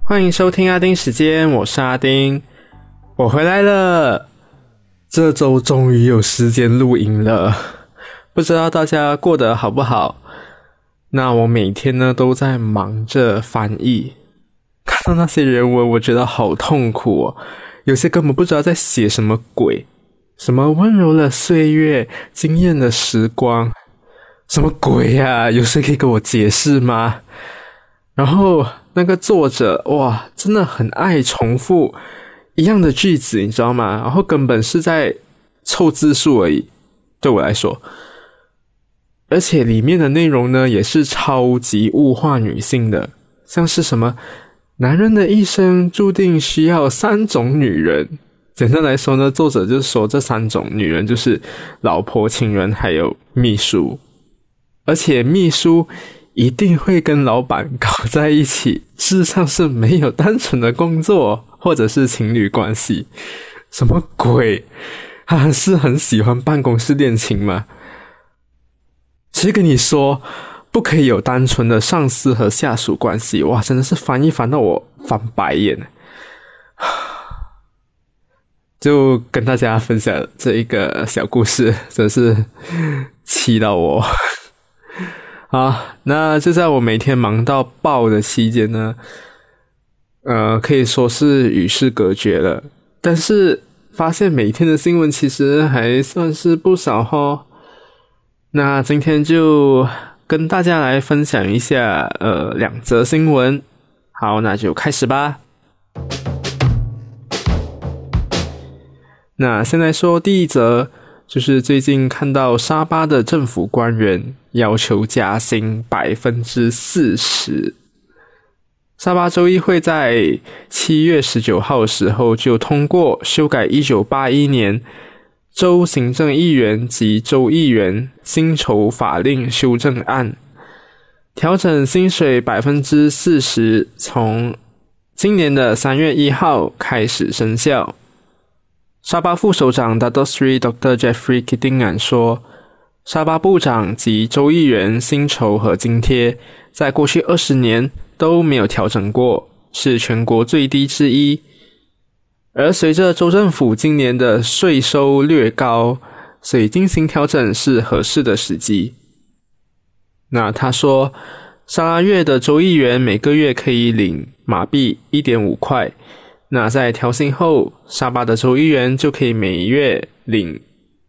欢迎收听阿丁时间，我是阿丁，我回来了。这周终于有时间录音了，不知道大家过得好不好？那我每天呢都在忙着翻译，看到那些原文我觉得好痛苦哦，有些根本不知道在写什么鬼，什么温柔的岁月，惊艳的时光，什么鬼呀？有谁可以给我解释吗？然后那个作者哇，真的很爱重复一样的句子，你知道吗？然后根本是在凑字数而已，对我来说。而且里面的内容呢，也是超级物化女性的，像是什么男人的一生注定需要3种女人。简单来说呢，作者就说这3种女人就是老婆、情人还有秘书，而且秘书一定会跟老板搞在一起，事实上是没有单纯的工作或者是情侣关系。什么鬼？他是很喜欢办公室恋情吗？谁跟你说不可以有单纯的上司和下属关系？哇，真的是翻译翻到我翻白眼。就跟大家分享这一个小故事，真是气到我。好，那就在我每天忙到爆的期间呢，可以说是与世隔绝了。但是发现每天的新闻其实还算是不少齁。那今天就跟大家来分享一下2则新闻。好，那就开始吧。那先来说第一则，就是最近看到沙巴的政府官员要求加薪 40%。 沙巴州议会在7月19号的时候就通过修改1981年州行政议员及州议员薪酬法令修正案，调整薪水 40%， 从今年的3月1号开始生效。沙巴副首长 Dato Sri Dr. Jeffrey Kitingan 说，沙巴部长及州议员薪酬和津贴在过去20年都没有调整过，是全国最低之一。而随着州政府今年的税收略高，所以进行调整是合适的时机。那他说，沙拉越的州议员每个月可以领马币 1.5 块，那在调薪后，沙巴的州议员就可以每月领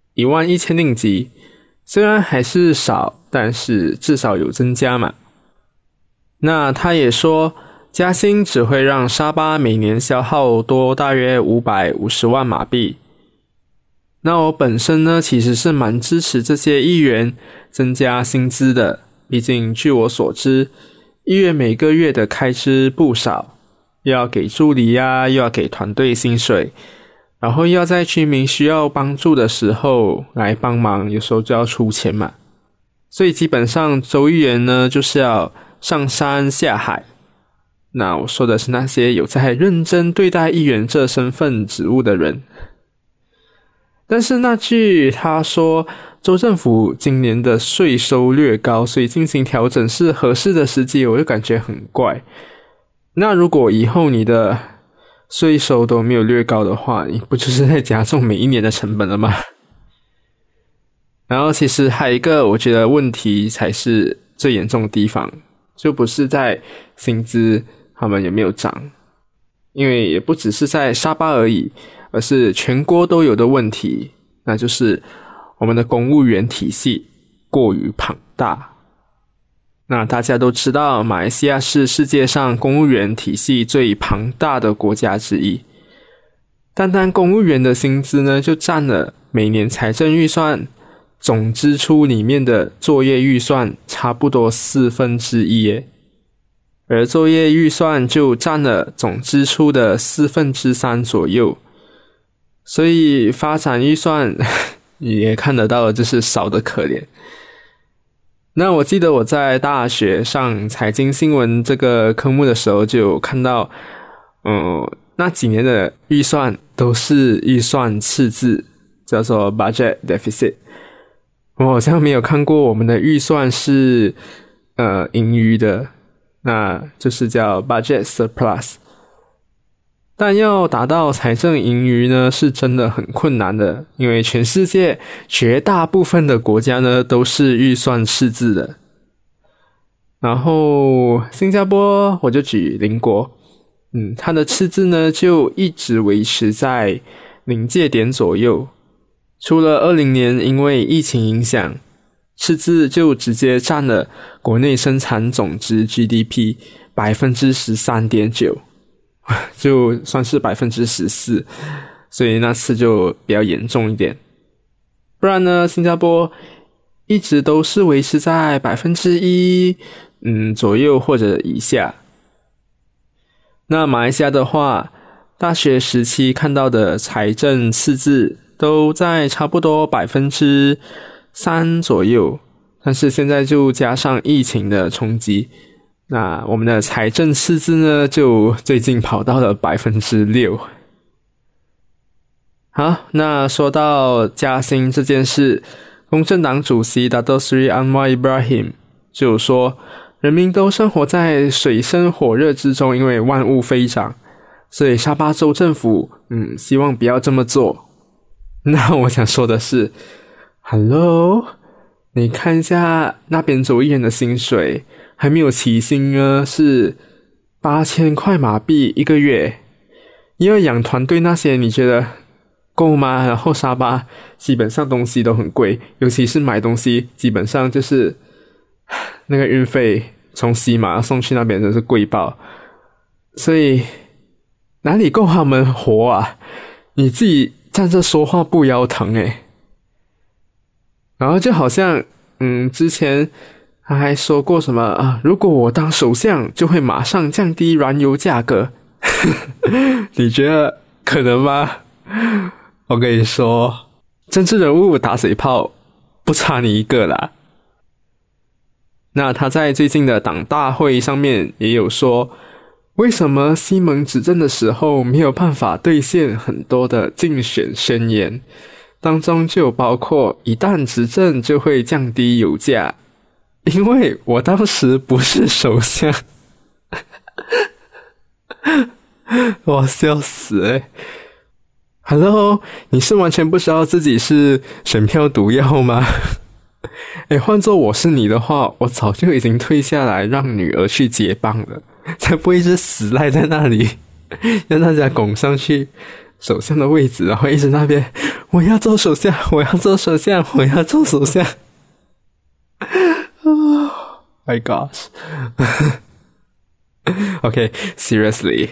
11000令吉，虽然还是少，但是至少有增加嘛。那他也说，加薪只会让沙巴每年消耗多大约550万马币。那我本身呢，其实是蛮支持这些议员增加薪资的，毕竟据我所知，议员每个月的开支不少，又要给助理啊，又要给团队薪水，然后又要在居民需要帮助的时候来帮忙，有时候就要出钱嘛。所以基本上州议员呢，就是要上山下海。那我说的是那些有在认真对待议员这身份职务的人。但是那句他说州政府今年的税收略高，所以进行调整是合适的时机，我就感觉很怪。那如果以后你的税收都没有略高的话，你不就是在加重每一年的成本了吗？然后其实还有一个我觉得问题才是最严重的地方，就不是在薪资他们有没有涨，因为也不只是在沙巴而已，而是全国都有的问题，那就是我们的公务员体系过于庞大。那大家都知道，马来西亚是世界上公务员体系最庞大的国家之一，单单公务员的薪资呢，就占了每年财政预算总支出里面的作业预算差不多1/4耶，而作业预算就占了总支出的3/4左右，所以发展预算也看得到，就是少得可怜。那我记得我在大学上财经新闻这个科目的时候，就有看到那几年的预算都是预算赤字，叫做 budget deficit。我好像没有看过我们的预算是盈余的，那就是叫 budget surplus。 但要达到财政盈余呢，是真的很困难的，因为全世界绝大部分的国家呢都是预算赤字的。然后新加坡我就举邻国，它的赤字呢就一直维持在临界点左右。除了20年因为疫情影响，赤字就直接占了国内生产总值 GDP 13.9%， 就算是 14%， 所以那次就比较严重一点。不然呢，新加坡一直都是维持在 1% 左右或者以下。那马来西亚的话，大学时期看到的财政赤字都在差不多 3% 左右，但是现在就加上疫情的冲击，那我们的财政赤字呢就最近跑到了 6%。 好，那说到加薪这件事，公正党主席 Dato Seri Anwar Ibrahim 就说，人民都生活在水深火热之中，因为万物飞涨，所以沙巴州政府希望不要这么做。那我想说的是 Hello， 你看一下那边州议员的薪水还没有起薪呢，是8000块马币一个月，要养团队那些你觉得够吗？然后沙巴基本上东西都很贵，尤其是买东西基本上就是那个运费从西马送去那边真是贵爆，所以哪里够他们活啊？你自己站着说话不腰疼诶。然后就好像之前他还说过什么如果我当首相就会马上降低燃油价格你觉得可能吗？我跟你说，政治人物打嘴炮不差你一个啦。那他在最近的党大会上面也有说，为什么西蒙执政的时候没有办法兑现很多的竞选宣言，当中就包括一旦执政就会降低油价，因为我当时不是首相我笑死Hello， 你是完全不知道自己是选票毒药吗？换做我是你的话，我早就已经退下来让女儿去接棒了，才不会一直死赖在那里让大家拱上去首相的位置，然后一直那边我要做首相，我要做首相，我要做首相Oh my gosh Okay, seriously。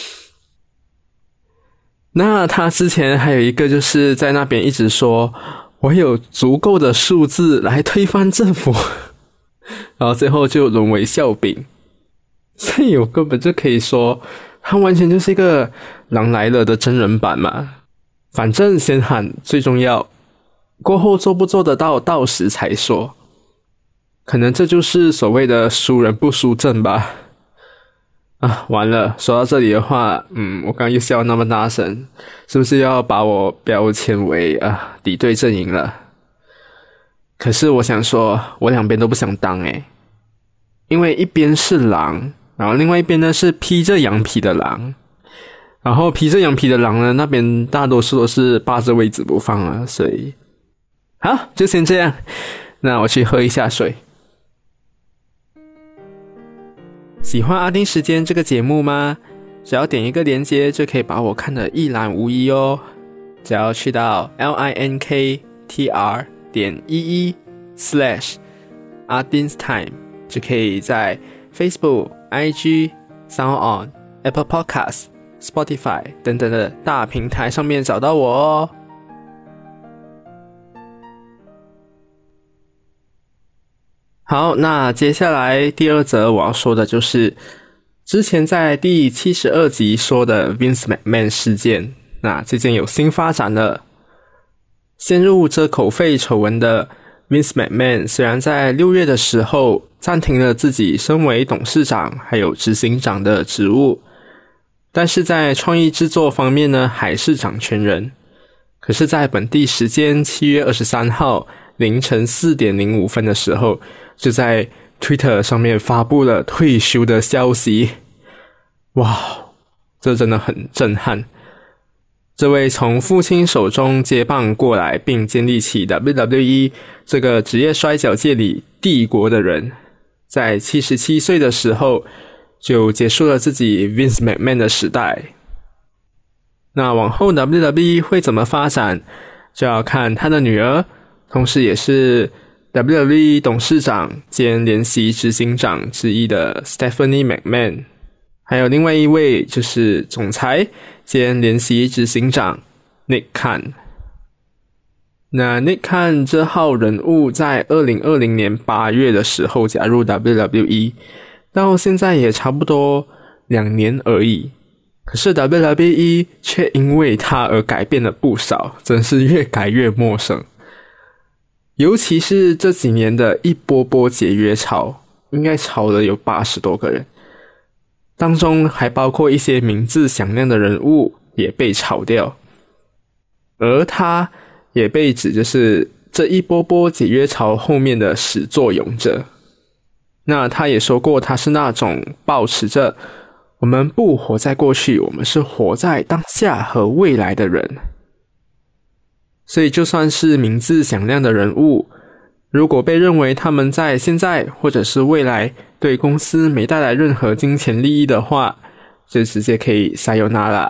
那他之前还有一个就是在那边一直说我有足够的数字来推翻政府然后最后就沦为笑柄，所以我根本就可以说他完全就是一个狼来了的真人版嘛。反正先喊最重要，过后做不做得到到时才说，可能这就是所谓的输人不输阵吧。完了，说到这里的话我刚刚又笑那么大声，是不是要把我标签为敌对阵营了？可是我想说我两边都不想当因为一边是狼，然后另外一边呢是披着羊皮的狼，然后披着羊皮的狼呢那边大多数都是霸着位置不放啊，所以好，就先这样，那我去喝一下水。喜欢阿丁时间这个节目吗？只要点一个连结就可以把我看得一览无遗哦。只要去到 linktr.ee/Ardin'sTime 就可以在 Facebook、IG、SoundOn、Apple Podcasts、Spotify 等等的大平台上面找到我哦。好，那接下来第二则我要说的就是之前在第72集说的 Vince McMahon 事件，那最近有新发展了。陷入遮口费丑闻的 Vince McMahon 虽然在6月的时候暂停了自己身为董事长还有执行长的职务，但是在创意制作方面呢还是掌权人。可是在本地时间7月23号凌晨4点05分的时候，就在 Twitter 上面发布了退休的消息。哇， 这真的很震撼。这位从父亲手中接棒过来并建立起 WWE 这个职业摔角界里帝国的人，在77岁的时候就结束了自己 Vince McMahon 的时代。那往后 WWE 会怎么发展，就要看他的女儿，同时也是 WWE 董事长兼联席执行长之一的 Stephanie McMahon， 还有另外一位就是总裁兼联席执行长 Nick Khan。 那 Nick Khan 这号人物在2020年8月的时候加入 WWE， 到现在也差不多2年而已，可是 WWE 却因为他而改变了不少，真是越改越陌生。尤其是这几年的一波波解约潮，应该炒了有80多个人，当中还包括一些名字响亮的人物也被炒掉，而他也被指就是这一波波解约潮后面的始作俑者。那他也说过，他是那种抱持着我们不活在过去，我们是活在当下和未来的人。所以就算是名字响亮的人物，如果被认为他们在现在或者是未来对公司没带来任何金钱利益的话，就直接可以sayonara。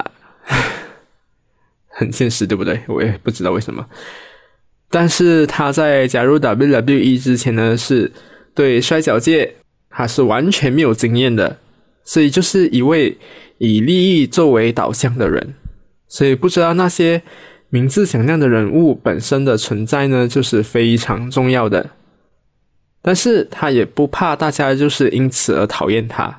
很现实对不对？我也不知道为什么。但是他在加入 WWE 之前呢，是对摔角界他是完全没有经验的，所以就是一位以利益作为导向的人，所以不知道那些名字响亮的人物本身的存在呢，就是非常重要的。但是他也不怕大家就是因此而讨厌他。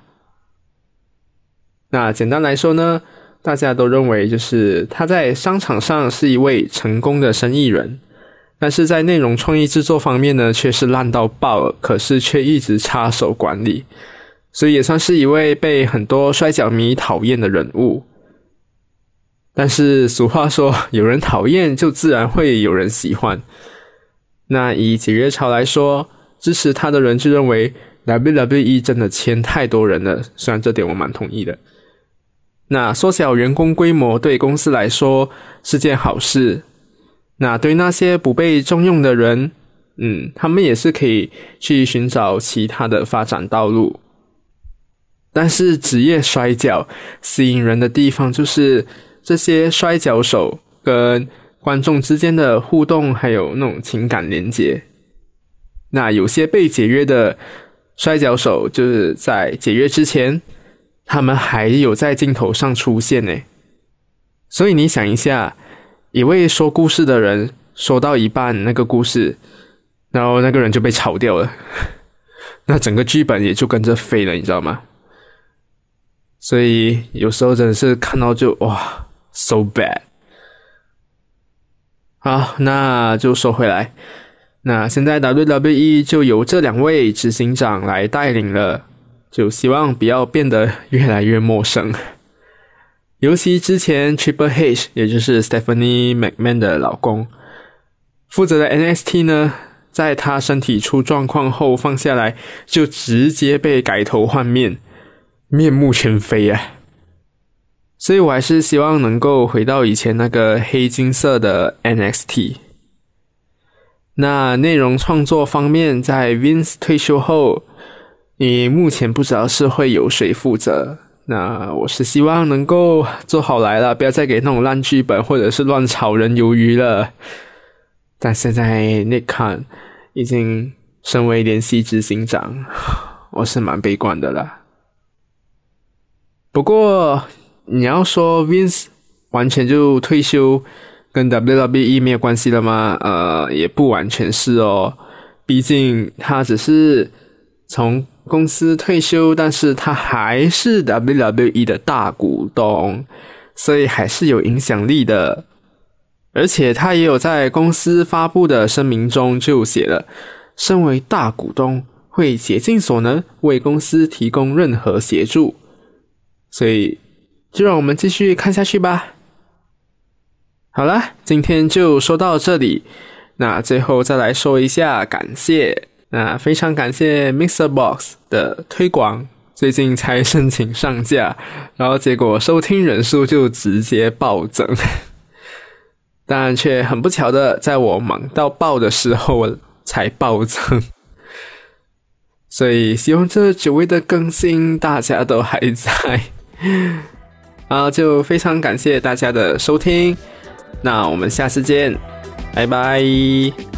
那简单来说呢，大家都认为就是他在商场上是一位成功的生意人，但是在内容创意制作方面呢，却是烂到爆了，可是却一直插手管理，所以也算是一位被很多摔角迷讨厌的人物。但是俗话说，有人讨厌就自然会有人喜欢。那以解约潮来说，支持他的人就认为 WWE 真的签太多人了，虽然这点我蛮同意的。那缩小员工规模对公司来说是件好事，那对那些不被重用的人，他们也是可以去寻找其他的发展道路。但是职业摔角吸引人的地方就是这些摔角手跟观众之间的互动，还有那种情感连结。那有些被解约的摔角手，就是在解约之前，他们还有在镜头上出现耶。所以你想一下，一位说故事的人说到一半那个故事，然后那个人就被炒掉了，那整个剧本也就跟着废了，你知道吗？所以有时候真的是看到就哇 so bad。 好，那就说回来，那现在 WWE 就由这2位执行长来带领了，就希望不要变得越来越陌生。尤其之前 Triple H 也就是 Stephanie McMahon 的老公负责的 NXT 呢，在他身体出状况后放下来，就直接被改头换面，面目全非啊。所以我还是希望能够回到以前那个黑金色的 NXT。 那内容创作方面，在 Vince 退休后，你目前不知道是会由谁负责，那我是希望能够做好来了，不要再给那种烂剧本或者是乱炒人鱿鱼了。但现在 Nick Khan 已经身为联席执行长，我是蛮悲观的啦。不过你要说 Vince 完全就退休跟 WWE 没有关系了吗？也不完全是哦，毕竟他只是从公司退休，但是他还是 WWE 的大股东，所以还是有影响力的。而且他也有在公司发布的声明中就写了，身为大股东会竭尽所能为公司提供任何协助。所以就让我们继续看下去吧。好啦，今天就说到这里，那最后再来说一下感谢。那非常感谢 MixerBox 的推广最近才申请上架，然后结果收听人数就直接暴增，但却很不巧的在我忙到爆的时候才暴增。所以希望这9位的更新大家都还在就非常感谢大家的收听，那我们下次见，拜拜。